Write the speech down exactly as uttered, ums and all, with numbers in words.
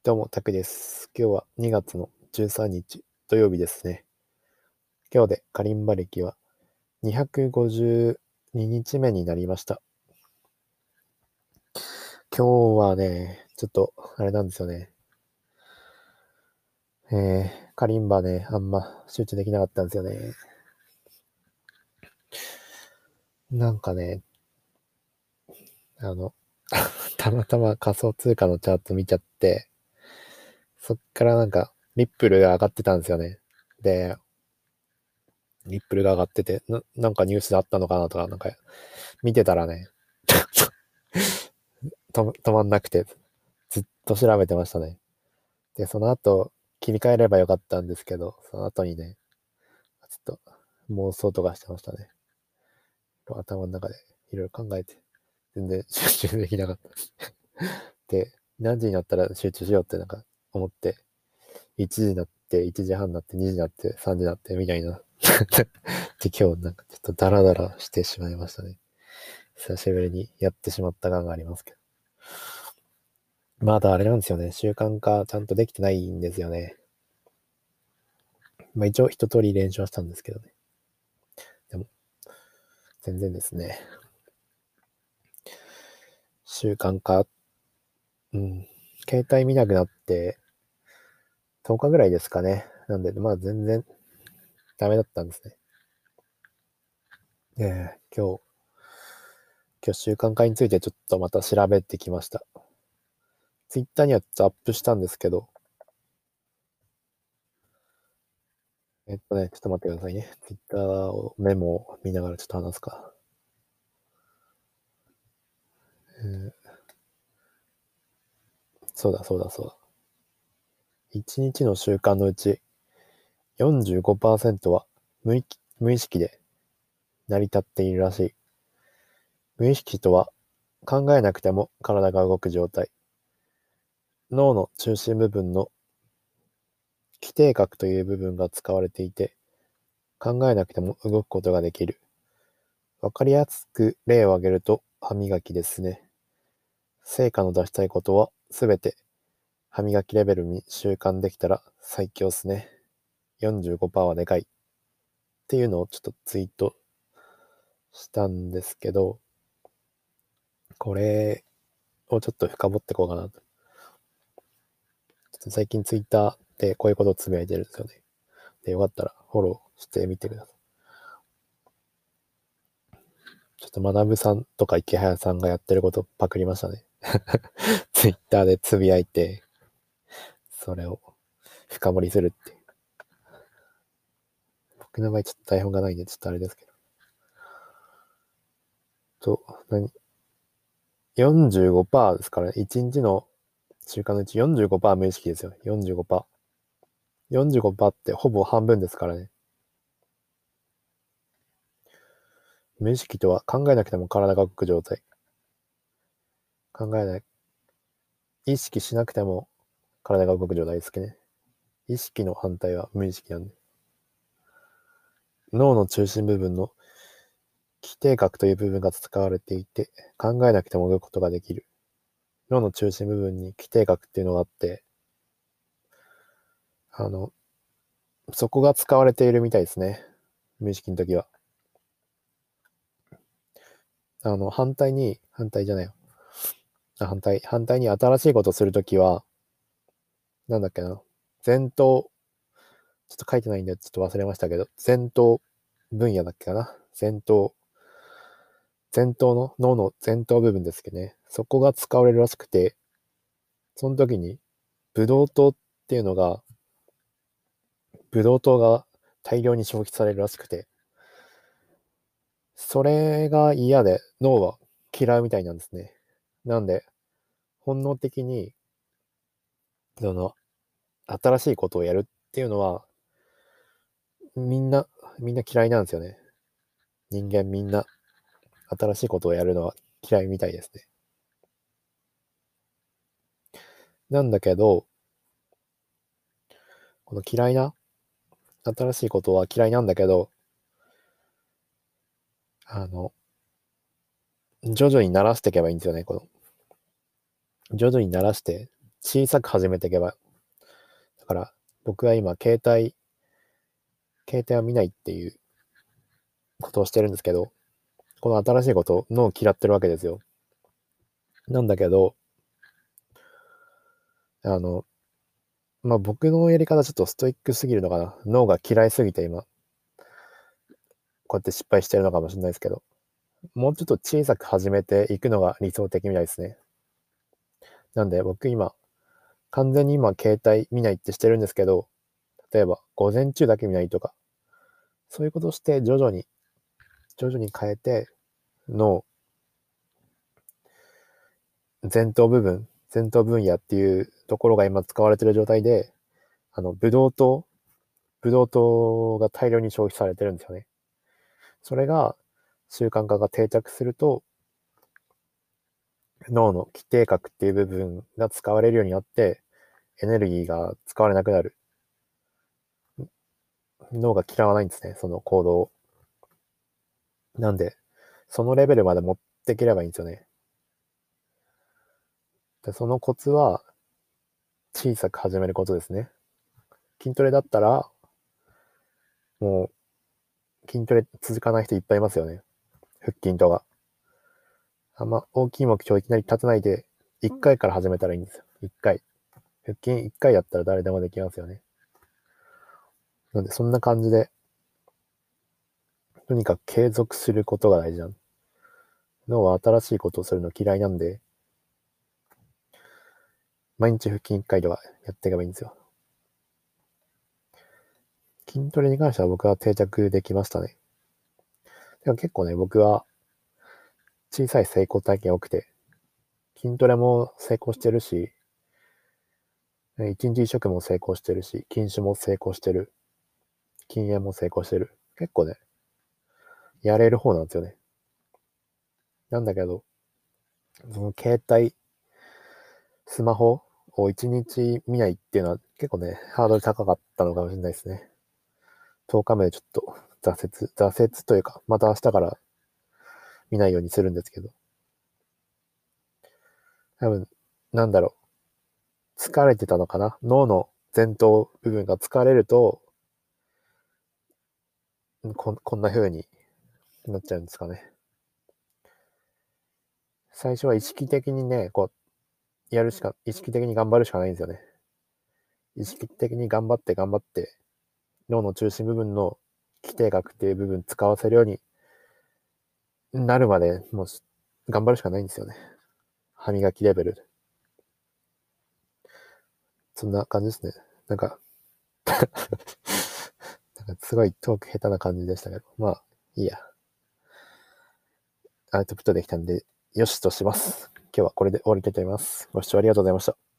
どうも、タクです。今日はにがつのじゅうさんにち土曜日ですね。今日でカリンバ歴はにひゃくごじゅうににちめになりました。今日はね、ちょっと、あれなんですよね。えー、カリンバね、あんま集中できなかったんですよね。なんかね、あの、たまたま仮想通貨のチャート見ちゃって、そっからなんか、リップルが上がってたんですよね。で、リップルが上がってて、な、なんかニュースであったのかなとか、なんか、見てたらね、と止まんなくて、ずっと調べてましたね。で、その後、切り替えればよかったんですけど、その後にね、ちょっと妄想とかしてましたね。頭の中でいろいろ考えて、全然集中できなかった。で、何時になったら集中しようってなんか思って、いちじになって、いちじはんになって、にじになって、さんじになって、みたいな。で、今日なんかちょっとダラダラしてしまいましたね。久しぶりにやってしまった感がありますけど。まだあれなんですよね。習慣化ちゃんとできてないんですよね。まあ一応一通り練習はしたんですけどね。でも、全然ですね。習慣化、うん。携帯見なくなってとおかぐらいですかね。なんで、まあ全然ダメだったんですね。ええ、今日、今日習慣化についてちょっとまた調べてきました。ツイッターにはちょっとアップしたんですけど、えっとね、ちょっと待ってくださいね。ツイッターをメモを見ながらちょっと話すか。えーそうだそうだそうだ。いちにちの習慣のうちよんじゅうごパーセントは無意無意識で成り立っているらしい。無意識とは考えなくても体が動く状態。脳の中心部分の基底核という部分が使われていて、考えなくても動くことができる。わかりやすく例を挙げると歯磨きですね。成果の出したいことはすべて歯磨きレベルに習慣できたら最強っすね。よんじゅうごパーセントはでかいっていうのをちょっとツイートしたんですけど、これをちょっと深掘っていこうかなと。ちょっと最近ツイッターでこういうことをつぶやいてるんですよね。で、よかったらフォローしてみてください。ちょっと学ぶさんとか池早さんがやってることパクりましたね。ツイッターでつぶやいて、それを深掘りするっていう。僕の場合ちょっと台本がないんでちょっとあれですけど。と、何 ?よんじゅうごパーセント ですからね。いちにちの習慣のうち よんじゅうごパーセント 無意識ですよ。よんじゅうごパーセント。よんじゅうごパーセント ってほぼ半分ですからね。無意識とは考えなくても体が動く状態。考えない。意識しなくても体が動く状態ですね。意識の反対は無意識なんで。脳の中心部分の基底核という部分が使われていて、考えなくても動くことができる。脳の中心部分に基底核っていうのがあって、あの、そこが使われているみたいですね。無意識の時は。あの、反対に、反対じゃないよ。あ反対、反対に新しいことをするときは、なんだっけな。前頭、ちょっと書いてないんで、ちょっと忘れましたけど、前頭分野だっけかな。前頭、前頭の、脳の前頭部分ですけどね。そこが使われるらしくて、その時に、ブドウ糖っていうのが、ブドウ糖が大量に消費されるらしくて、それが嫌で脳は嫌うみたいなんですね。なんで、本能的に、その、新しいことをやるっていうのは、みんな、みんな嫌いなんですよね。人間みんな、新しいことをやるのは嫌いみたいですね。なんだけど、この嫌いな、新しいことは嫌いなんだけど、あの、徐々に慣らしていけばいいんですよね、この。徐々に慣らして、 小さく始めていけば、だから僕は今携帯、携帯を見ないっていうことをしてるんですけど、この新しいこと脳を嫌ってるわけですよ。なんだけど、あの、まあ、僕のやり方ちょっとストイックすぎるのかな。脳が嫌いすぎて今、こうやって失敗してるのかもしれないですけど、もうちょっと小さく始めていくのが理想的みたいですね。なんで僕今、完全に今携帯見ないってしてるんですけど、例えば午前中だけ見ないとか、そういうことをして徐々に、徐々に変えて、脳、前頭部分、前頭分野っていうところが今使われてる状態で、あの、ブドウ糖、ブドウ糖が大量に消費されてるんですよね。それが習慣化が定着すると、脳の基底核っていう部分が使われるようになって、エネルギーが使われなくなる。脳が嫌わないんですね、その行動を。なんで、そのレベルまで持っていければいいんですよね。で、そのコツは、小さく始めることですね。筋トレだったら、もう、筋トレ続かない人いっぱいいますよね。腹筋とか。あんま大きい目標いきなり立てないで、いっかいから始めたらいいんですよ。いっかい。腹筋いっかいやったら誰でもできますよね。なんで、そんな感じで、とにかく継続することが大事なの。脳は新しいことをするの嫌いなんで、毎日腹筋いっかいとかやっていけばいいんですよ。筋トレに関しては僕は定着できましたね。でも結構ね、僕は小さい成功体験多くて、筋トレも成功してるし、一日一食も成功してるし、禁酒も成功してる。禁煙も成功してる。結構ね、やれる方なんですよね。なんだけど、その携帯、スマホを一日見ないっていうのは結構ね、ハードル高かったのかもしれないですね。とおかめでちょっと挫折、挫折というか、また明日から見ないようにするんですけど。多分、なんだろう。疲れてたのかな。脳の前頭部分が疲れると、ここんな風になっちゃうんですかね。最初は意識的にね、こう、やるしか、意識的に頑張るしかないんですよね。意識的に頑張って頑張って、脳の中心部分の基底核っていう部分使わせるようになるまで、もう頑張るしかないんですよね。歯磨きレベル。そんな感じですね。なんか、なんかすごいトーク下手な感じでしたけど、まあ、いいや。アウトプットできたんで、よしとします。今日はこれで終わりたいと思います。ご視聴ありがとうございました。